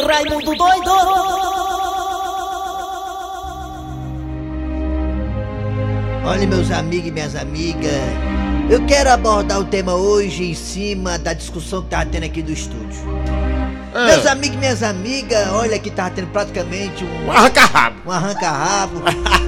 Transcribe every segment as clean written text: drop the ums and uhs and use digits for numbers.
Raimundo doido! Olha, meus amigos e minhas amigas, eu quero abordar o tema hoje em cima da discussão que tava tendo aqui do estúdio. Meus amigos e minhas amigas, olha que tava tendo praticamente um arranca-rabo. Um arranca-rabo.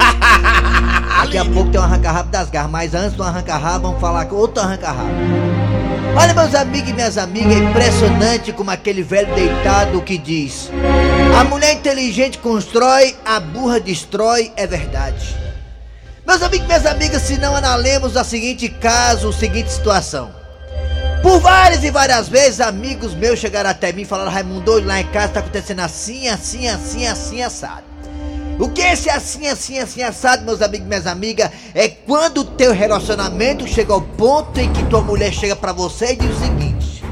Daqui a pouco tem um arranca-rabo das garras, mas antes do arranca-rabo vamos falar com outro arranca-rabo. Olha, meus amigos e minhas amigas, é impressionante como aquele velho deitado que diz: a mulher inteligente constrói, a burra destrói, é verdade. Meus amigos e minhas amigas, se não analemos o seguinte caso, a seguinte situação. Por várias e várias vezes, amigos meus chegaram até mim e falaram: Raimundo, lá em casa tá acontecendo assim, assim, assim, assim, assado. O que é esse assim, assim, assim, assado, meus amigos e minhas amigas? É quando o teu relacionamento chega ao ponto em que tua mulher chega pra você e diz o seguinte: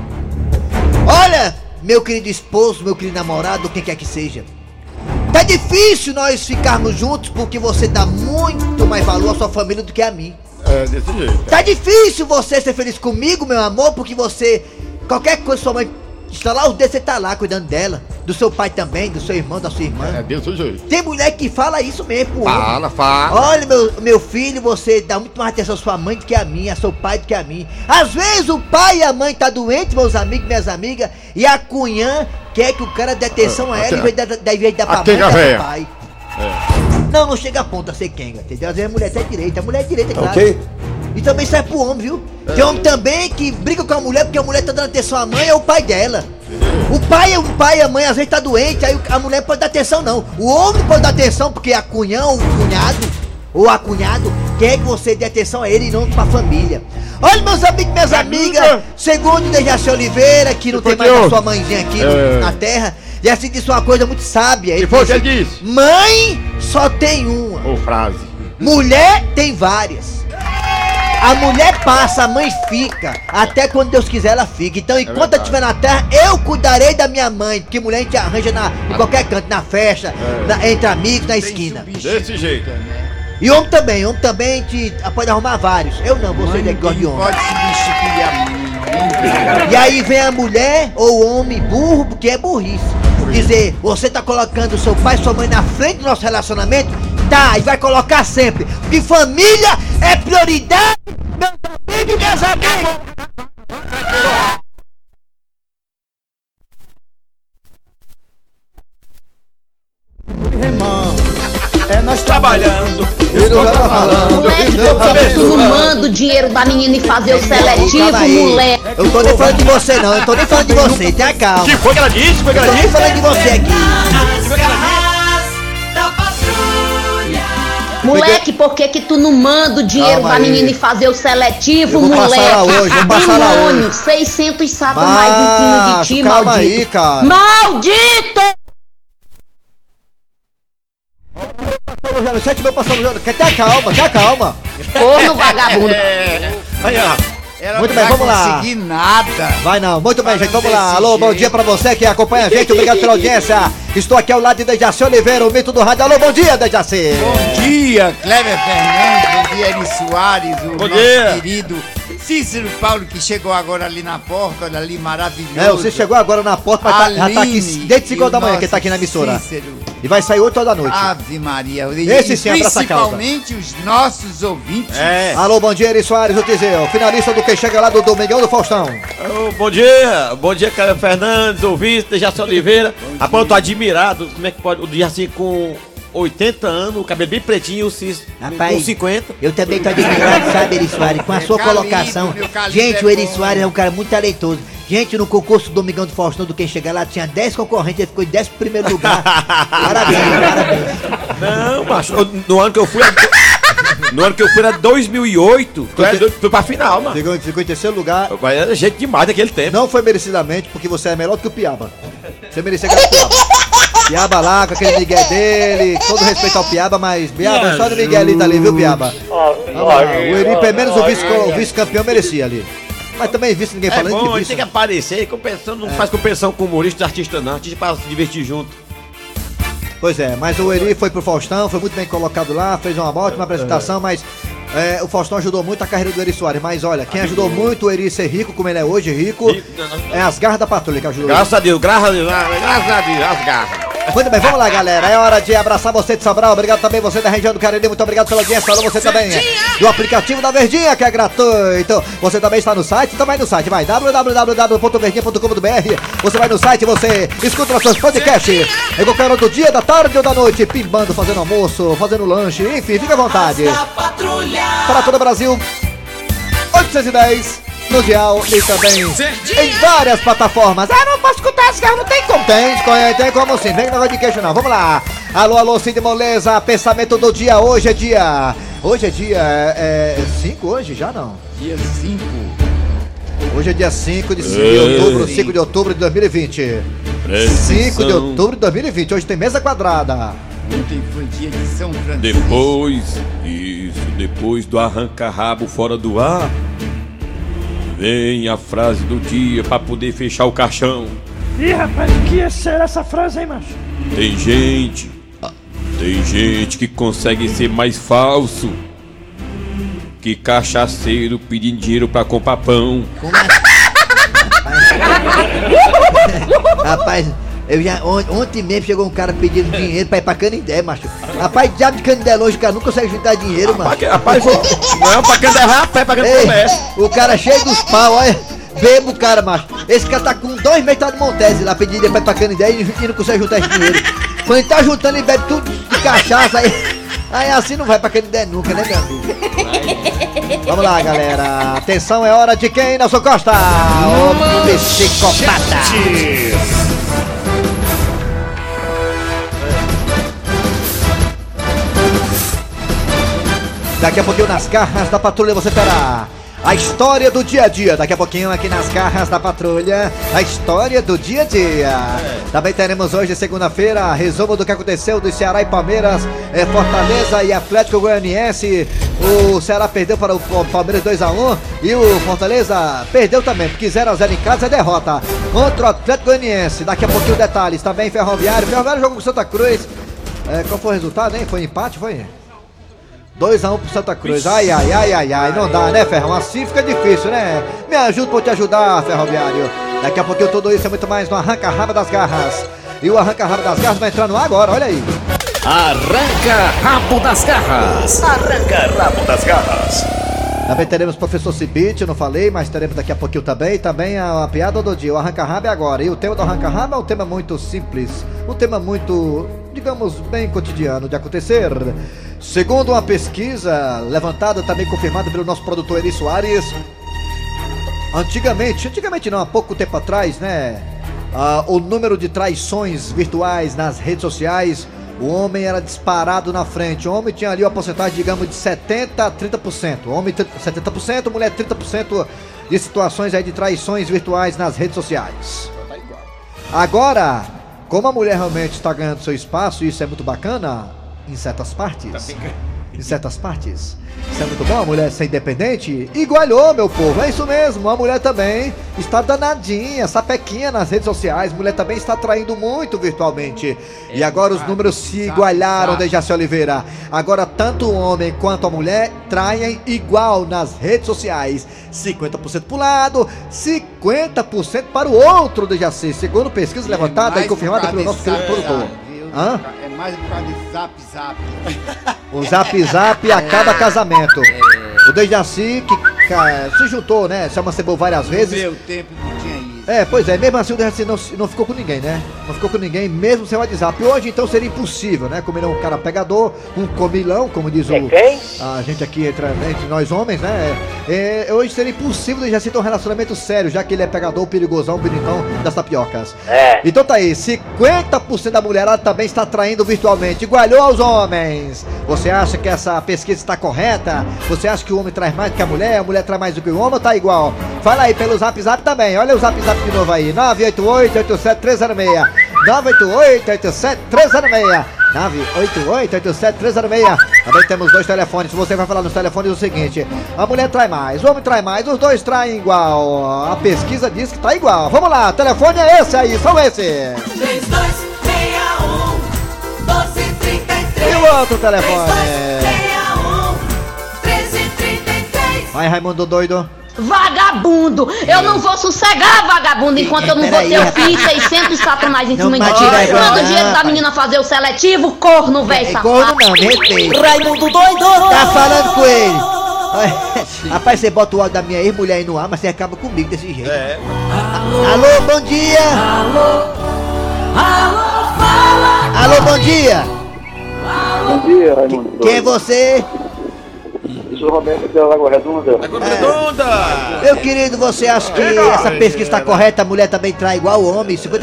olha, meu querido esposo, meu querido namorado, quem quer que seja, tá difícil nós ficarmos juntos porque você dá muito mais valor à sua família do que a mim. É, desse jeito. Tá difícil você ser feliz comigo, meu amor, porque você, qualquer coisa sua mãe está lá, os dedos você tá lá cuidando dela, do seu pai também, do seu irmão, da sua irmã. É, desse jeito. Tem mulher que fala isso mesmo, pô. Fala. Olha, meu filho, você dá muito mais atenção à sua mãe do que a mim, a seu pai do que a mim. Às vezes o pai e a mãe tá doentes, meus amigos e minhas amigas, e a cunhã quer que o cara dê atenção a ela em vez de dar pra mãe e dar pro pai. Não chega a ponto a ser quenga, entendeu? Às vezes a mulher tá direita, a mulher é direita, claro. Ok. E também serve pro homem, viu? Tem homem também que briga com a mulher porque a mulher tá dando atenção à mãe, é o pai dela. O pai e a mãe às vezes tá doente, aí a mulher pode dar atenção não. O homem pode dar atenção porque a cunhã, o cunhado, ou a cunhado, quer que você dê atenção a ele e não pra família. Olha, meus amigos e minhas amigas, segundo o Dejaci Oliveira, que não tem mais a sua mãezinha aqui na terra, e assim disse uma coisa muito sábia. E foi o que ele disse? Mãe só tem uma. Ou frase. Mulher tem várias. A mulher passa, a mãe fica. Até quando Deus quiser ela fica. Então enquanto eu estiver na terra, eu cuidarei da minha mãe. Porque mulher a gente arranja em qualquer canto, na festa, entre amigos, na esquina. Desse jeito. E homem também a gente pode arrumar vários. Eu não, você é igual de homem. Pode substituir a mãe. E aí vem a mulher ou o homem burro, porque é burrice. Dizer, você tá colocando seu pai e sua mãe na frente do nosso relacionamento? Tá, e vai colocar sempre. Porque família é prioridade, meus amigos e minhas amigas. É nós trabalhando. Moleque, tu não manda o dinheiro da menina e fazer o seletivo, moleque. Eu tô nem falando de você não, eu tô nem falando de você, tenha calma. Que foi que ela disse? Eu tô nem falando de você aqui. Moleque, por que tu não manda o dinheiro da menina e fazer o seletivo, moleque? Passar lá hoje, vou passar lá hoje. 600 sacos mais em cima de ti, calma maldito. aí, cara. Maldito! Tenha calma. Corno vagabundo. Muito bem, vamos lá. Não vai conseguir nada. Vai não, muito bem, gente, vamos lá. desse Alô, bom jeito. dia pra você que acompanha a gente, obrigado pela audiência. Estou aqui ao lado de Dejaci Oliveira, o mito do rádio. Alô, bom dia, Dejaci. Bom dia, Cleber Fernandes, bom dia, Eri Soares, o Bom nosso dia. querido Cícero Paulo, que chegou agora ali na porta, olha ali, maravilhoso. Você chegou agora na porta, mas já tá aqui desde 5 da manhã, que tá aqui na emissora. Cícero. E vai sair 8 horas da noite. Ave Maria. Esse sim abraça a causa. Principalmente os nossos ouvintes. Alô, bom dia, Eri Soares, o Tizeu, finalista do Quem Chega Lá do Domingão do Faustão. Bom dia, Cleber Fernandes, ouvinte, Dejaci Oliveira. Rapaz, eu tô admirado, como é que pode, o Dejaci com 80 anos, o cabelo bem pretinho, o Cis Rapaz, com 50. Eu também tô admirado, sabe, Eri Soares, com a sua Calibre, colocação. meu calibre Gente, é o Eri bom. Soares é um cara muito talentoso. Gente, no concurso do Domingão do Faustão, do Quem Chega Lá, tinha 10 concorrentes, ele ficou em 11º lugar. Parabéns. Não, macho, no ano que eu fui era 2008, fui pra final, mano. Ficou em 3º lugar. Mas era gente demais naquele tempo. Não foi merecidamente, porque você é melhor do que o Piaba. Você merecia ganhar o Piaba. Piaba lá, com aquele Miguel dele, todo respeito ao Piaba, mas Piaba, só do Miguelito ali, viu, Piaba? Vamos lá, o Eri, pelo menos o vice-campeão merecia ali. Mas também vice, ninguém falando bom, que a gente vice. tem que aparecer, competição, não faz competição com humorista, artista não, artista pra se divertir junto. Pois é, mas o Eri foi pro Faustão, foi muito bem colocado lá, fez uma ótima apresentação, mas o Faustão ajudou muito a carreira do Eri Soares, mas olha, quem ajudou muito o Eri ser rico, como ele é hoje, rico, é as garras da patrulha que ajudou. Graças a Deus, graças a Deus, as garras. Muito bem, vamos lá, galera. É hora de abraçar você de Sobral. Obrigado também você da região do Cariri. Muito obrigado pela audiência. Alô, você também do aplicativo da Verdinha, que é gratuito. Você também está no site, também no site. Vai, www.verdinha.com.br. Você vai no site, você escuta nossos podcasts. Em qualquer hora do dia, da tarde ou da noite. Pimbando, fazendo almoço, fazendo lanche. Enfim, fica à vontade. Para todo o Brasil, 810. No Dial e também em várias plataformas. Não posso escutar esse carro, não tem como. Tem como sim, vem negócio de queijo não, vamos lá. Alô, Cid Moleza, pensamento do dia, hoje é dia 5 hoje? Já não? Dia 5. Hoje é dia 5 de outubro de 2020. 5 de outubro de 2020, hoje tem mesa quadrada. Ontem foi dia de São Francisco. Depois do arranca-rabo fora do ar, vem a frase do dia pra poder fechar o caixão. Ih, rapaz, o que ia ser essa frase aí, macho? Tem gente que consegue ser mais falso que cachaceiro pedindo dinheiro pra comprar pão. Como é? Rapaz, eu já ontem mesmo chegou um cara pedindo dinheiro pra ir pra Canindé, macho. Rapaz, diabo de Canindé longe, o cara não consegue juntar dinheiro, macho. Rapaz, não é pra Canindé rapaz, é pra Canindé. O cara cheio dos pau, olha. Bebo o cara, macho. Esse cara tá com 2 meses tá de Montese lá pedindo dinheiro pra ir pra Canindé e não consegue juntar esse dinheiro. Quando ele tá juntando, ele bebe tudo de cachaça aí assim não vai pra Canindé nunca, né, meu amigo? Vamos lá, galera. Atenção, é hora de quem, Nelson Costa? O psicopata. Daqui a pouquinho nas garras da patrulha você terá a história do dia a dia. Daqui a pouquinho aqui nas garras da patrulha, a história do dia a dia. Também teremos hoje, segunda-feira, resumo do que aconteceu do Ceará e Palmeiras, Fortaleza e Atlético Goianiense. O Ceará perdeu para o Palmeiras 2-1 e o Fortaleza perdeu também, porque 0-0 em casa é derrota contra o Atlético Goianiense. Daqui a pouquinho detalhes. Também Ferroviário jogou com Santa Cruz. Qual foi o resultado, hein? Foi empate, foi? 2-1 pro Santa Cruz. Ai, não dá, né, Ferrão? Assim fica difícil, né? Me ajuda pra te ajudar, Ferroviário. Daqui a pouquinho tudo isso é muito mais no Arranca-Rabo das Garras. E o Arranca-Rabo das Garras vai entrando agora, olha aí. Arranca-Rabo das Garras. Arranca-Rabo das Garras. Também teremos Professor Cibite, eu não falei, mas teremos daqui a pouquinho também. Também a piada do dia, o Arranca-Rabo é agora. E o tema do Arranca-Rabo é um tema muito simples. Um tema muito, digamos, bem cotidiano de acontecer. Segundo uma pesquisa levantada, também confirmada pelo nosso produtor Eri Soares, antigamente não, há pouco tempo atrás, né, o número de traições virtuais nas redes sociais, o homem era disparado na frente. O homem tinha ali uma porcentagem, digamos, de 70% a 30%. O homem 70%, mulher 30% de situações aí de traições virtuais nas redes sociais. Agora, como a mulher realmente está ganhando seu espaço, e isso é muito bacana, em certas partes. Isso é muito bom, a mulher ser independente. Igualou, meu povo, é isso mesmo. A mulher também está danadinha, sapequinha nas redes sociais. A mulher também está traindo muito virtualmente. E agora os números se igualaram, Dejaci Oliveira. Agora tanto o homem quanto a mulher traem igual nas redes sociais. 50% para o lado, 50% para o outro, Dejaci. Segundo pesquisa levantada e confirmada pelo nosso querido produtor. É mais por causa de zap. O zap acaba casamento. O Dejaci que se juntou, né? Se amancebou várias vezes. Meu tempo não tinha isso. Pois é, mesmo assim o Dejaci não ficou com ninguém, né? Não ficou com ninguém, mesmo sem WhatsApp. Hoje então seria impossível, né? Como ele é um cara pegador, um comilão, como diz a gente aqui entre nós homens, né? Hoje seria impossível o Dejaci ter um relacionamento sério, já que ele é pegador, perigosão, bonitão das tapiocas. Então tá aí, 50% da mulher também está traindo virtualmente, igualou aos homens. Você acha que essa pesquisa está correta? Você acha que o homem traz mais do que a mulher traz mais do que o homem ou tá igual? Fala aí pelo zap também, olha o zap de novo aí, 988-87306, 988-87306, 988-87306. Também temos 2 telefones. Você vai falar nos telefones o seguinte: a mulher trai mais, o homem trai mais, os dois traem igual. A pesquisa diz que tá igual. Vamos lá, telefone é esse aí, são esse. 3261-1233. E o outro telefone? 3261-1313. Vai, Raimundo doido. Vagabundo! Eu não vou sossegar, vagabundo, enquanto eu não vou ter o filho 600 satanás em Não, cima de mas ti. tira aí, Manda não. o dinheiro da menina fazer o seletivo, corno, velho, É safado. corno não, me respeita. Raimundo doido! Tá falando com ele. Olha, rapaz, você bota o áudio da minha ex-mulher aí no ar, mas você acaba comigo desse jeito. Alô, bom dia. Alô, bom dia. Bom dia, Raimundo. Quem é você? Eu sou o Roberto da Lagoa Redonda. Redonda! Meu querido, você acha que essa pesquisa está correta? A mulher também trai igual o homem, 50%?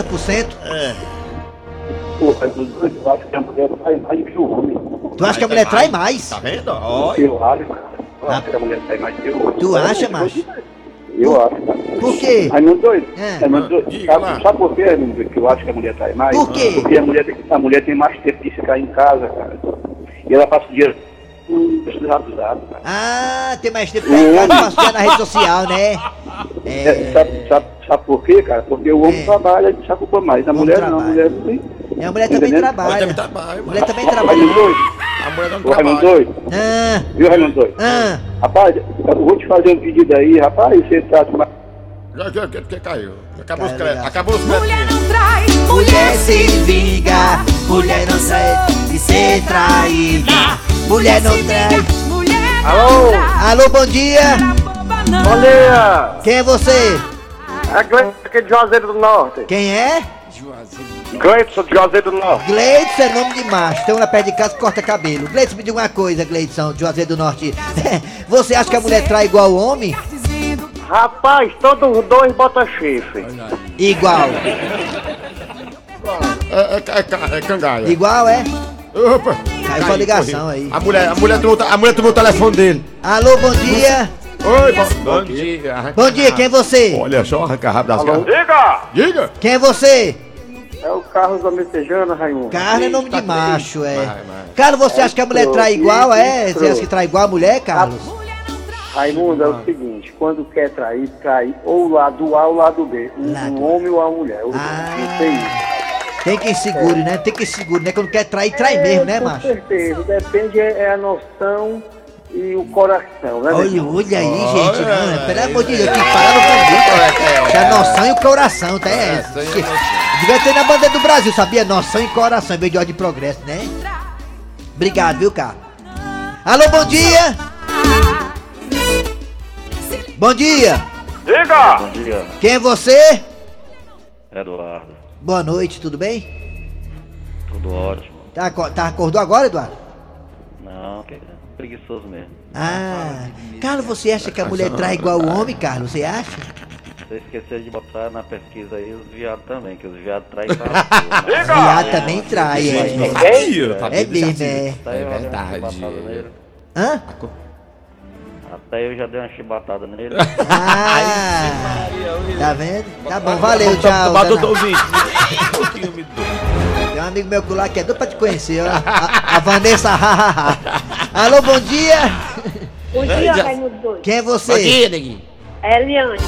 Pô, Raimundo, eu acho que a mulher trai mais que o homem. Tu acha que a mulher trai mais? Tá vendo? Olha. Eu acho, cara. Eu acho que a mulher trai mais que o homem. Tu acha, macho? Eu acho, cara. Por quê? Raimundo doido. É. Raimundo doido. Diga lá. Sabe por quê, Raimundo, que eu acho que a mulher trai mais? Por quê? Porque a mulher tem mais tempo de ficar em casa, cara. E ela passa o dia abusado, cara. Ah, tem mais tempo pra ir em casa, passear na rede social, né? Sabe por quê, cara? Porque o homem trabalha e se ocupa mais. A O homem mulher não, a trabalha. mulher não tem. A mulher também Entendendo? trabalha. Trabalho, Mulher também Raimundo trabalha. doido. A mulher não Ô, Raimundo trabalha. doido. Ah, Viu, Raimundo doido? ah. Rapaz, eu vou te fazer um pedido aí, rapaz, você tá mais. Que caiu. Acabou os Caiu, créditos. já. Acabou os créditos. trai, Mulher se vinga, mulher não trai de ser traída. Mulher não trai. Alô? Alô, bom dia. Bom dia! Quem é você? É Gleidson aqui de Juazeiro do Norte. Quem é? Gleidson de Juazeiro do Norte. Gleidson é nome de macho. Tem um lá perto de casa que corta cabelo. Gleidson, me diga uma coisa, Gleidson, de Juazeiro do Norte. Você acha que a mulher trai igual o homem? Rapaz, todos os dois botam chifre. Igual. É cangalha. Igual, é? Opa! Caiu sua ligação aí. A mulher tomou o telefone dele. Alô, bom dia. Oi, bom dia. Bom dia, quem é você? Olha só, arranca rabo das garras. Diga! Diga! Quem é você? É o Carlos da Messejana, Raimundo. Carlos é nome de macho, é. Vai. Carlos, você acha que a mulher trai igual, é? Você acha que trai igual a mulher, Carlos? Raimundo, é o seguinte, quando quer trair, trai ou o lado A ou o lado B. Lado. O homem ou a mulher. Ah. Não tem isso. Tem quem segure, né? Tem quem segure, né? Quando quer trair, trai mesmo, né, Com macho? certeza, depende é a noção e o coração, né? Olha, meu? olha aí, gente. Não, pelo amor de Deus, que palavra bonita. Que a noção e o coração, tá? Devia ter na bandeira do Brasil, sabia? Noção e coração, em vez de ordem de progresso, né? Obrigado, viu, cara? Alô, bom dia! Bom dia! Diga! Bom dia, Quem é você? Eduardo. Boa noite, tudo bem? Tudo ótimo. Tá acordou agora, Eduardo? Não, que preguiçoso mesmo. Ah, Carlos, você acha que a mulher trai igual o homem, Carlos? Você acha? Você esqueceu de botar na pesquisa aí os viados também, que os viados traem para Viado também trai, é. É mesmo, é. É verdade. Hã? Até eu já dei uma chibatada nele. Ah, tá vendo? Tá bom, valeu, tchau. Toma danado. doutorzinho. Um pouquinho, me dou. Tem um amigo meu lá que é doido pra te conhecer, ó. A Vanessa, hahaha. Alô, bom dia. Bom dia, Raimundo doido. Quem é Bom você? dia, neguinho. É Eliane.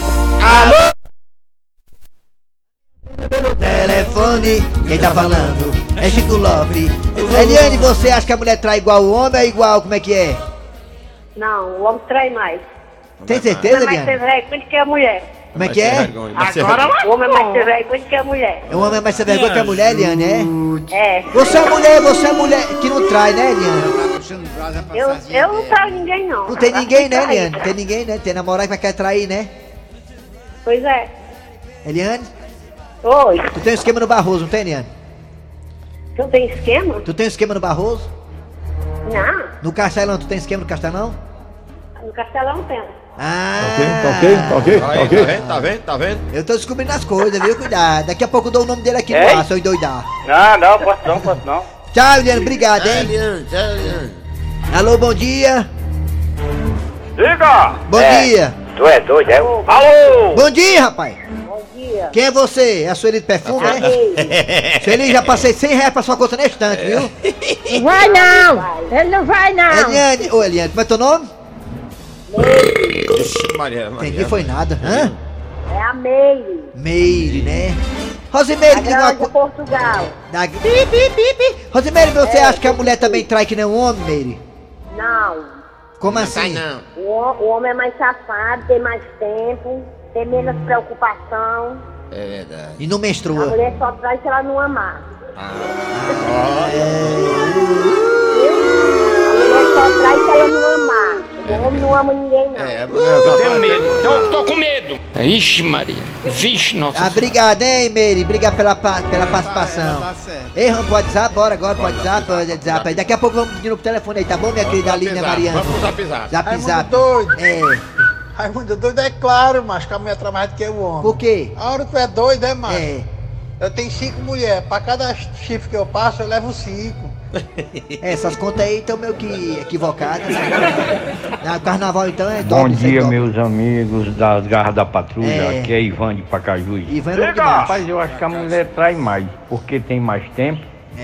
Telefone, quem tá falando? É Chico Lopes. Eliane, você acha que a mulher trai igual o homem ou é igual? Como é que é? Não, o homem trai mais. Tem certeza, É mais sem Eliane? vergonha que a mulher. Como é que é? O homem é mais sem vergonha que a mulher. O homem é mais sem vergonha que a mulher, Eliane, é? É. Você é mulher que não trai, né, Eliane? Eu não traio ninguém, não. Não tem ninguém, né, Traída. Eliane? Não tem ninguém, né? Tem namorado que vai querer trair, né? Pois é. Eliane? Oi. Tu tem um esquema no Barroso, não tem, Eliane? Tu tem esquema? Tu tem um esquema no Barroso? Não. No Castelão, tu tem esquema no Castelão? No Castelão tem. Ah, Tá vendo? eu tô descobrindo as coisas, viu? Cuidado. Daqui a pouco eu dou o nome dele aqui no ar, se eu endoidar. Não, posso não. Tchau, Eliane, obrigado, hein? Alô, bom dia. Diga! Bom dia. Tu é doido, é? Alô! Bom dia, rapaz. Bom dia. Quem é você? É a Sueli de perfume, né? Sueli, já passei 100 reais pra sua conta na estante, viu? Não vai não. Ele não vai não. Eliane, ô Eliane, como é teu nome? Ixi, Maria. Entendi, foi nada. Hã? É a Meire. Meire, né? Rosimeire, Da me diga uma Grande coisa. Portugal. Rosimeire, você acha que a mulher também trai que nem um homem, Meire? Não. Como assim? Não. O homem é mais safado, tem mais tempo, tem menos preocupação. É verdade. E não A menstrua. mulher só traz se ela não amar. A mulher só traz se ela não amar. O homem não ama ninguém, não. Eu tenho medo. Tô com medo. Ixi, Maria. Vixe, nossa. Obrigado, hein, Meire? Obrigado pela participação. Tá certo. Ei, vamos pro WhatsApp, bora agora pro WhatsApp aí. Daqui a pouco vamos pedir pro telefone aí, tá bom, minha querida Aline Mariana? Vamos pro zap. Zap. Raimundo doido. É. Raimundo doido é claro, macho, que a mulher traz mais do que o homem. Por quê? A hora que tu é doido, é, macho? É. Eu tenho 5 mulheres, pra cada chifre que eu passo, eu levo 5. Essas contas aí estão meio que equivocadas. O carnaval então é Bom top. dia, meus amigos das Garras da Patrulha. É. Aqui é Ivan de Pacajus. Ivan é bom demais. Rapaz, eu acho que a mulher trai mais, porque tem mais tempo.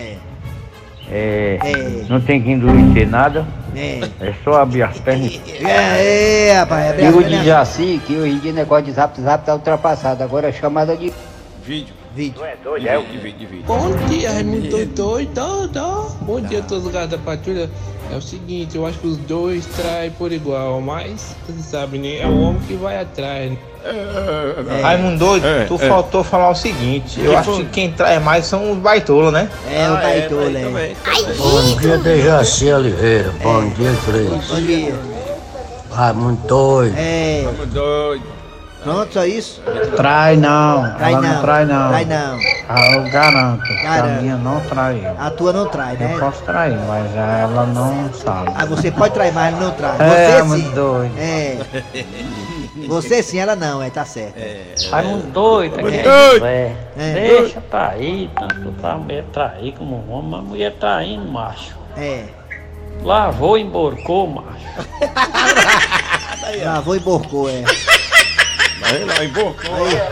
Não tem que endurecer nada. É só abrir as pernas. Rapaz, E o de Jaci, que hoje em dia o negócio de zap tá ultrapassado. Agora é chamada de Vídeo. Vídeo. É doido, é o vídeo. Bom dia, Raimundo doido. Bom dia a todos os gatos da patrulha. É o seguinte, eu acho que os dois traem por igual, mas você sabe, né? É o homem que vai atrás. Raimundo doido, tu faltou falar o seguinte. Eu acho que quem traz mais são os baitolos, né? O baitola, Bom dia, Dejaci Oliveira. Bom dia, Cris. Bom dia. Raimundo doido. Vamos doido. Pronto, só isso? Trai não. Trai Ela não. não trai não. Trai não. Eu garanto. Que Garanto. a minha não trai. A tua não trai, né? Eu posso trair, mas ela não sabe. Ah, você pode trair, mas ela não trai. É, Você muito sim. doido. É. Você sim, ela não, tá certo. Raimundo doido, Muito aqui doido. é. Deixa trair, tanto pra mulher trair como o homem, a mulher traindo, macho. Lavou e emborcou, macho. Lavou e emborcou, é. Aí lá, emborcou.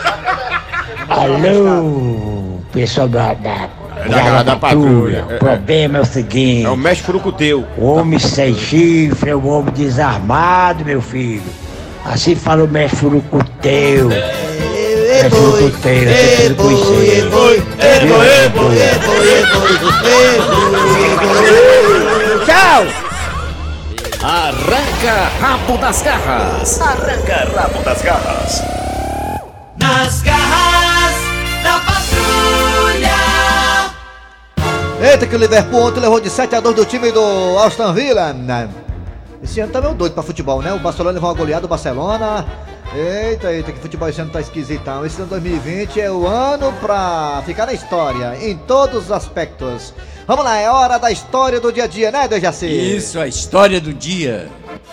Alô, pessoal da patrulha. O problema é o seguinte. É o mestre Furucuteu. O homem sem chifre é o homem desarmado, meu filho. Assim fala o mestre Furucuteu. Mestre Furucuteu, você precisa conhecer. Tchau! Arranca rabo das garras. Arranca rabo das garras. Nas garras da patrulha. Eita, que o Liverpool ontem levou de 7-2 do time do Aston Villa. Esse ano tá meio doido pra futebol, né? O Barcelona levou uma goleada do Barcelona. Eita, que futebol esse ano tá esquisitão. Esse ano 2020 é o ano pra ficar na história, em todos os aspectos. Vamos lá, é hora da história do dia a dia, né, Dejaci? Isso, a história do dia.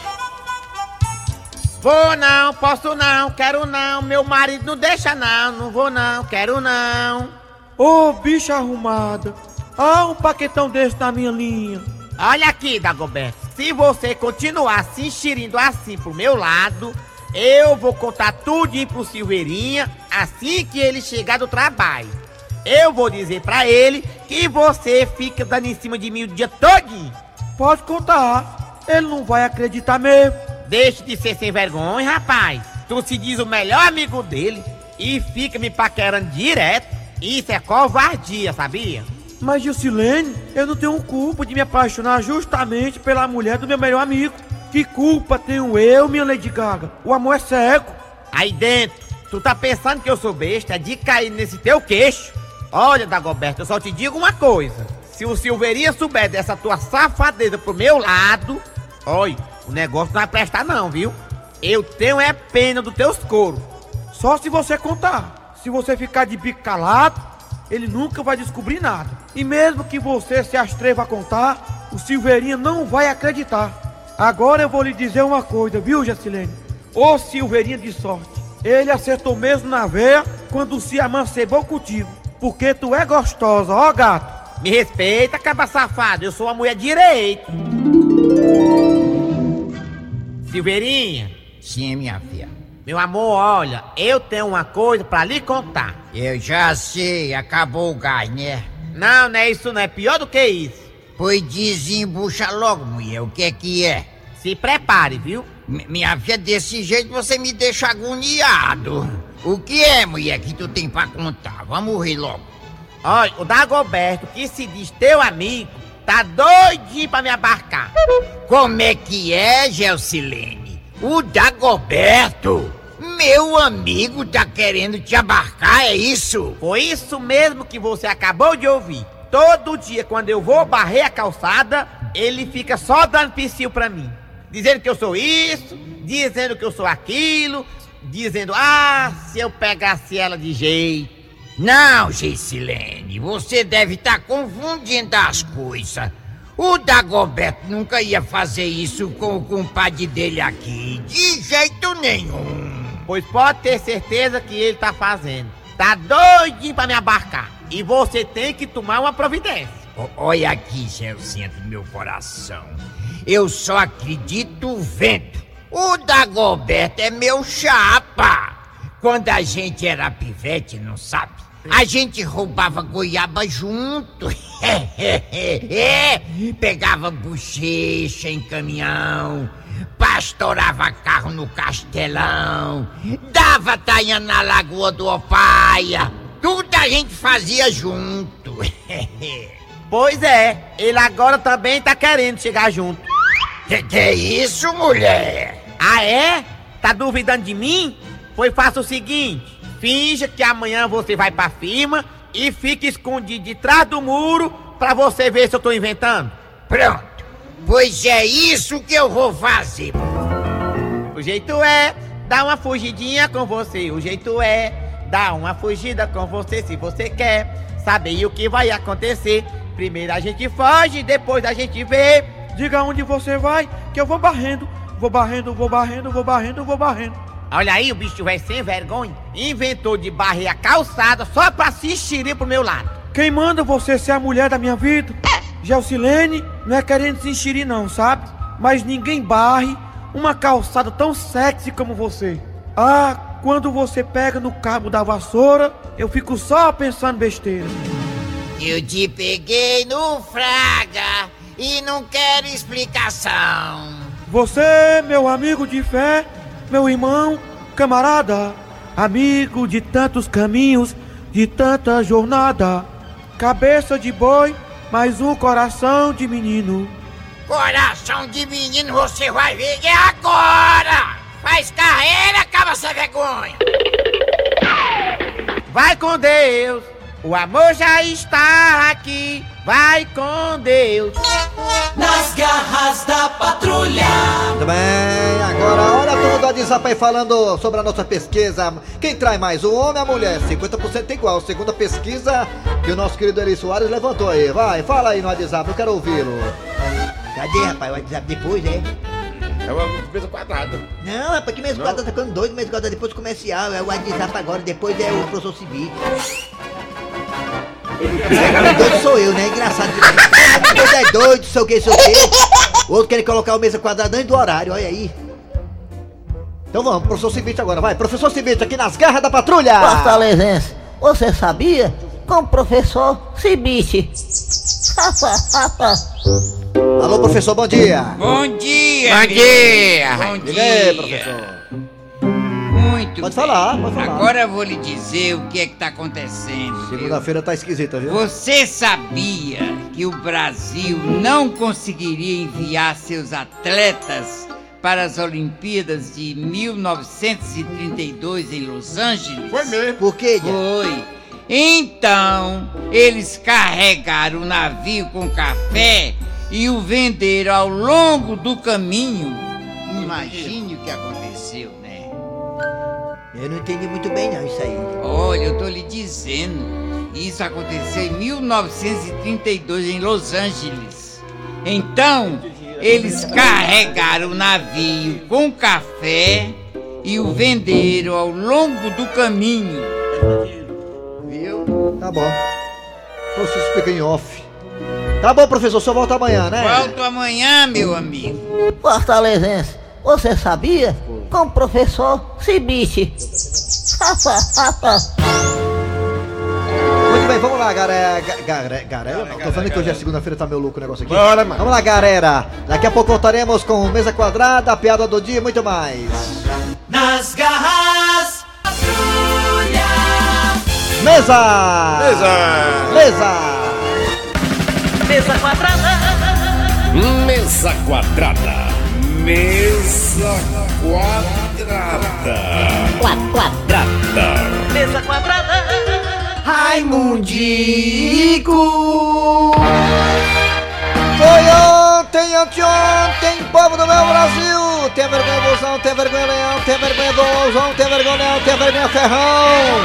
Vou não, posso não, quero não, meu marido não deixa não vou não, quero não. Ô, bicha arrumada, um paquetão desse na minha linha. Olha aqui, Dagoberto, se você continuar se enxerindo assim pro meu lado, eu vou contar tudinho pro Silveirinha assim que ele chegar do trabalho. Eu vou dizer pra ele que você fica dando em cima de mim o dia todinho. Pode contar, ele não vai acreditar mesmo. Deixa de ser sem vergonha, rapaz. Tu se diz o melhor amigo dele e fica me paquerando direto. Isso é covardia, sabia? Mas, Gilcilene, eu não tenho culpa de me apaixonar justamente pela mulher do meu melhor amigo. Que culpa tenho eu, minha Lady Gaga? O amor é cego. Aí dentro, tu tá pensando que eu sou besta de cair nesse teu queixo? Olha, Dagoberto, eu só te digo uma coisa. Se o Silveirinha souber dessa tua safadeza pro meu lado, olha, o negócio não vai prestar não, viu? Eu tenho é pena dos teus coros. Só se você contar. Se você ficar de bico calado, ele nunca vai descobrir nada. E mesmo que você se atreva a contar, o Silveirinha não vai acreditar. Agora eu vou lhe dizer uma coisa, viu, Jacilene? Ô Silveirinha de sorte, ele acertou mesmo na veia quando se amancebou contigo. Porque tu é gostosa, ó gato. Me respeita, caba safado, eu sou uma mulher direito. Silveirinha. Sim, minha filha. Meu amor, olha, eu tenho uma coisa pra lhe contar. Eu já sei, acabou o gás, né? Não é isso não, é pior do que isso. Pois desembucha logo, mulher, o que é? Se prepare, viu? Minha filha, desse jeito você me deixa agoniado. O que é, mulher, que tu tem pra contar? Vamos rir logo. Olha, o Dagoberto, que se diz teu amigo, tá doidinho pra me abarcar. Como é que é, Gelsilene? O Dagoberto, meu amigo, tá querendo te abarcar, é isso? Foi isso mesmo que você acabou de ouvir. Todo dia, quando eu vou barrer a calçada, ele fica só dando psiu pra mim. Dizendo que eu sou isso, dizendo que eu sou aquilo, dizendo, se eu pegasse ela de jeito. Não, Gelsilene, você deve estar confundindo as coisas. O Dagoberto nunca ia fazer isso com o compadre dele aqui, de jeito nenhum. Pois pode ter certeza que ele tá fazendo. Tá doidinho pra me abarcar. E você tem que tomar uma providência. Olha aqui, Gelsinha do meu coração. Eu só acredito vendo. O Dagoberto é meu chapa. Quando a gente era pivete, não sabe? A gente roubava goiaba junto. Pegava bochecha em caminhão. Pastorava carro no Castelão. Dava tainha na Lagoa do Opaia. Tudo a gente fazia junto. Pois é, ele agora também tá querendo chegar junto. Que é isso, mulher? Ah, é? Tá duvidando de mim? Pois faça o seguinte, finja que amanhã você vai pra firma e fica escondido de trás do muro pra você ver se eu tô inventando. Pronto, pois é isso que eu vou fazer. O jeito é dar uma fugidinha com você, o jeito é dar uma fugida com você se você quer saber o que vai acontecer. Primeiro a gente foge, depois a gente vê. Diga onde você vai, que eu vou barrendo. Vou barrendo, vou barrendo, vou barrendo, vou barrendo. Olha aí, o bicho velho sem vergonha inventou de barrer a calçada só pra se enxerir pro meu lado. Quem manda você ser a mulher da minha vida? Gelsilene, não é querendo se enxerir não, sabe? Mas ninguém barre uma calçada tão sexy como você. Quando você pega no cabo da vassoura, eu fico só pensando besteira. Eu te peguei no fraga e não quero explicação. Você, meu amigo de fé, meu irmão, camarada, amigo de tantos caminhos, de tanta jornada. Cabeça de boi, mas um coração de menino. Coração de menino, você vai ver agora! Faz carreira, acaba sem vergonha! Vai com Deus, o amor já está aqui. Vai com Deus. Nas garras da patrulha. Muito bem, agora olha tudo do WhatsApp aí falando sobre a nossa pesquisa. Quem trai mais, o homem ou a mulher? 50% igual, segundo a pesquisa que o nosso querido Eri Soares levantou aí. Vai, fala aí no WhatsApp, eu quero ouvi-lo. Cadê, rapaz? O WhatsApp depois, é? É uma mesa quadrada. Não, rapaz, que mesa quadrada tá ficando doido, mesa quadrada depois comercial. É o WhatsApp agora, depois é o professor Civil. Doido sou eu, né? Engraçado. Doido é doido, sei o que. O outro quer colocar o mesa quadrada antes do horário, olha aí. Então vamos, professor Cibite agora, vai. Professor Cibite aqui nas garras da patrulha. Fortalezense, você sabia? Com o professor Cibite. Alô, professor, bom dia. Bom dia. Bom dia. Bom Diga dia. aí, professor. Muito Pode bem. falar, pode falar. Agora eu vou lhe dizer o que é que tá acontecendo. Segunda-feira tá esquisita, viu? Você sabia que o Brasil não conseguiria enviar seus atletas para as Olimpíadas de 1932 em Los Angeles? Foi mesmo. Por quê, Foi. Então, eles carregaram o navio com café e o venderam ao longo do caminho. Imagine o que aconteceu, né? Eu não entendi muito bem não isso aí. Olha, eu tô lhe dizendo, isso aconteceu em 1932 em Los Angeles. Então, eles carregaram o navio com café e o venderam ao longo do caminho. Viu? Tá bom. Você explica em off. Tá bom, professor, só volta amanhã, né? Volto amanhã, meu amigo. Fortalezense, você sabia? Com o professor Cibite. Muito bem, vamos lá, galera. Galera, não, tô falando que hoje é segunda-feira, tá meio louco o negócio aqui. Bora, mano. Vamos lá, galera. Daqui a pouco voltaremos com Mesa Quadrada, a piada do dia e muito mais. Nas garras da patrulha. Mesa! Mesa quadrada. Mesa quadrada. Mesa quadrada. Quadrada. Mesa quadrada. Raimundico. Foi ontem, anteontem, povo do meu Brasil. Tem vergonha, Vozão, tem vergonha, Leão, tem vergonha, Vozão, tem vergonha, Leão, tem vergonha, Ferrão.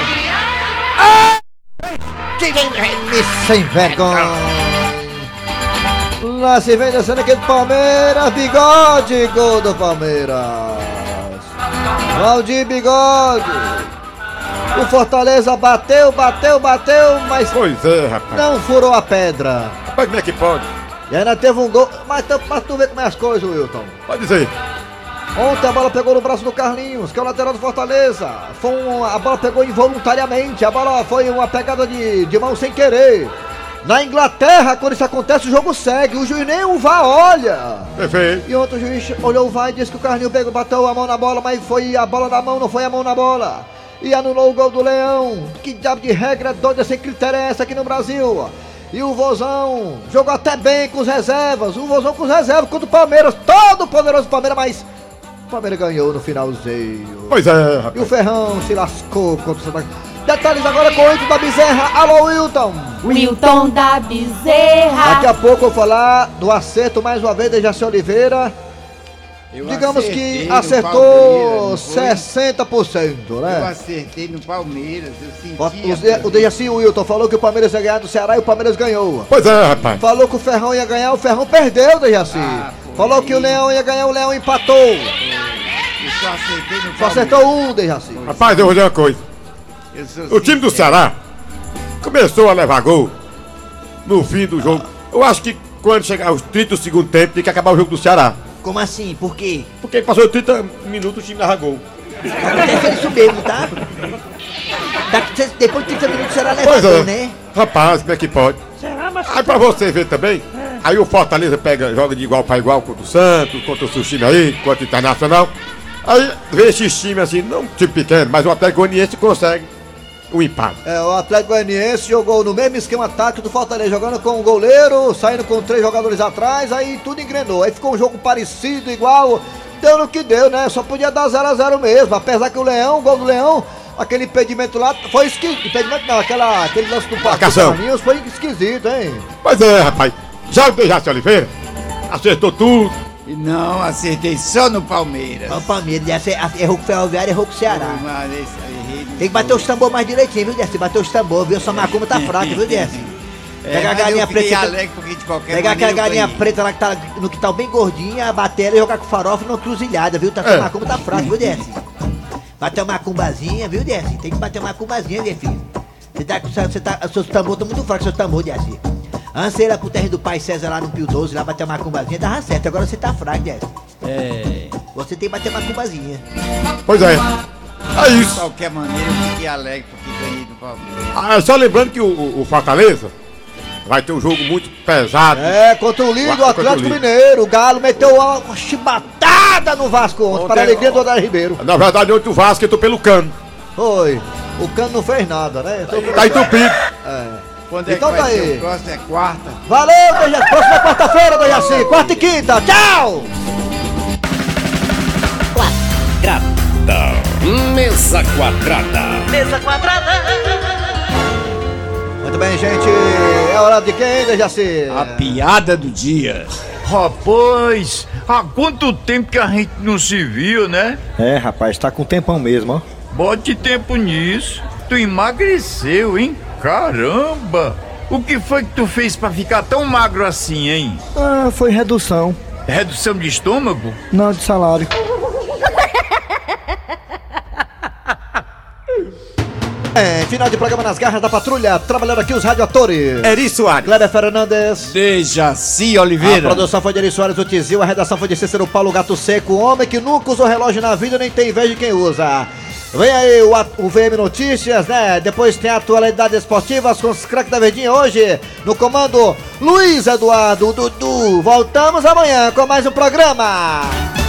Sem vergonha. Lá se vem descendo aqui do Palmeiras, Bigode, gol do Palmeiras. Valdir Bigode. O Fortaleza bateu, mas pois é, rapaz. Não furou a pedra. Rapaz, como é que pode? E ainda teve um gol, mas tu vê como é as coisas, Wilton. Pode dizer. Ontem a bola pegou no braço do Carlinhos, que é o lateral do Fortaleza. A bola pegou involuntariamente, a bola foi uma pegada de mão sem querer. Na Inglaterra, quando isso acontece, o jogo segue, o juiz nem o VAR olha. Perfeito. E ontem o juiz olhou o VAR e disse que o Carlinhos bateu a mão na bola, mas foi a bola na mão, não foi a mão na bola. E anulou o gol do Leão. Que diabo de regra doida sem critério é essa aqui no Brasil? E o Vozão jogou até bem com os reservas, o Vozão com os reservas contra o Palmeiras, todo poderoso Palmeiras, mas o Palmeiras ganhou no finalzinho. Pois é, rapaz. E o Ferrão se lascou contra o Santa Cruz. Detalhes agora com o Wilton da Bezerra. Alô, Wilton. Wilton da Bezerra. Daqui a pouco eu vou falar do acerto mais uma vez de Jaci Oliveira. Digamos que acertou 60%, né? Eu acertei no Palmeiras, eu senti. O Dejaci Wilton falou que o Palmeiras ia ganhar do Ceará e o Palmeiras ganhou. Pois é, rapaz. Falou que o Ferrão ia ganhar, o Ferrão perdeu, Dejaci. Falou que o Leão ia ganhar, o Leão empatou. Eu só acertei no Palmeiras. Só acertou um, Dejaci. Rapaz, eu vou dizer uma coisa. O time do Ceará começou a levar gol no fim do jogo. Eu acho que quando chegar os 30 do segundo tempo, tem que acabar o jogo do Ceará. Como assim? Por quê? Porque passou 30 minutos o time leva gol. Acontece isso mesmo, tá? Depois de 30 minutos será levado, né? Rapaz, como é que pode? Aí pra você ver também, aí o Fortaleza joga de igual pra igual contra o Santos, contra os seus times aí, contra o Internacional. Aí vê esses times assim, não time pequeno, mas o Atlético Goianiense consegue o empate. O Atlético Goianiense jogou no mesmo esquema tático do Fortaleza, jogando com o goleiro, saindo com 3 jogadores atrás, aí tudo engrenou. Aí ficou um jogo parecido, igual, deu no que deu, né? Só podia dar 0-0 mesmo, apesar que o gol do Leão, aquele impedimento lá, foi esquisito. Impedimento não, aquele lance do Carlinhos foi esquisito, hein? Pois é, rapaz. Já o Dejaci Oliveira acertou tudo. Não, acertei só no Palmeiras. O Palmeiras, errou com o Ferroviário, errou com o Ceará. Tem que bater os tambor mais direitinho, viu, Décio? Bater os tambor, viu? Sua macumba tá fraca, viu, Décio? Pega a galinha preta. Pega aquela galinha preta lá que tá bem gordinha, bater ela e jogar com farofa numa cruzilhada, viu? Sua macumba tá fraca, viu, Décio? Bater uma macumbazinha, viu, Décio? Tem que bater uma macumbazinha, meu filho. Seus tambores estão muito fracos, seus tambores, Décio. Antes você ia pro terreno do pai César lá no Pio 12, lá bater uma macumbazinha, dava certo. Agora você tá fraco, Décio. Você tem que bater uma macumbazinha. Pois é. É isso. De qualquer maneira, eu fiquei alegre porque ganhei do Palmeiras. Só lembrando que o Fortaleza vai ter um jogo muito pesado. Contra o líder do Atlético Mineiro. O Galo meteu uma chibatada no Vasco ontem, para a alegria do André Ribeiro. Na verdade, ontem o Vasco entrou pelo Cano. Foi. O Cano não fez nada, né? Tá entupido. Quando então tá aí. O próximo é quarta. Valeu, Dejaci. Próxima quarta-feira, Dejaci. Quarta e quinta. Tchau! Quadrada. Mesa quadrada. Mesa quadrada. Muito bem, gente. É hora de quem, Dejaci? A piada do dia. Rapaz, há quanto tempo que a gente não se viu, né? Rapaz, tá com tempão mesmo, ó. Bote tempo nisso. Tu emagreceu, hein? Caramba! O que foi que tu fez pra ficar tão magro assim, hein? Foi redução. Redução de estômago? Não, de salário. Final de programa nas garras da patrulha. Trabalhando aqui os radioatores. Eri Soares, Kleber Fernandes, Dejaci Oliveira. A produção foi de Eri Soares, o Tizil. A redação foi de Cícero Paulo Gato Seco. O homem que nunca usou relógio na vida nem tem inveja de quem usa. Vem aí o VM Notícias, né? Depois tem atualidades esportivas com os craques da Verdinha. Hoje, no comando, Luiz Eduardo Dudu. Voltamos amanhã com mais um programa.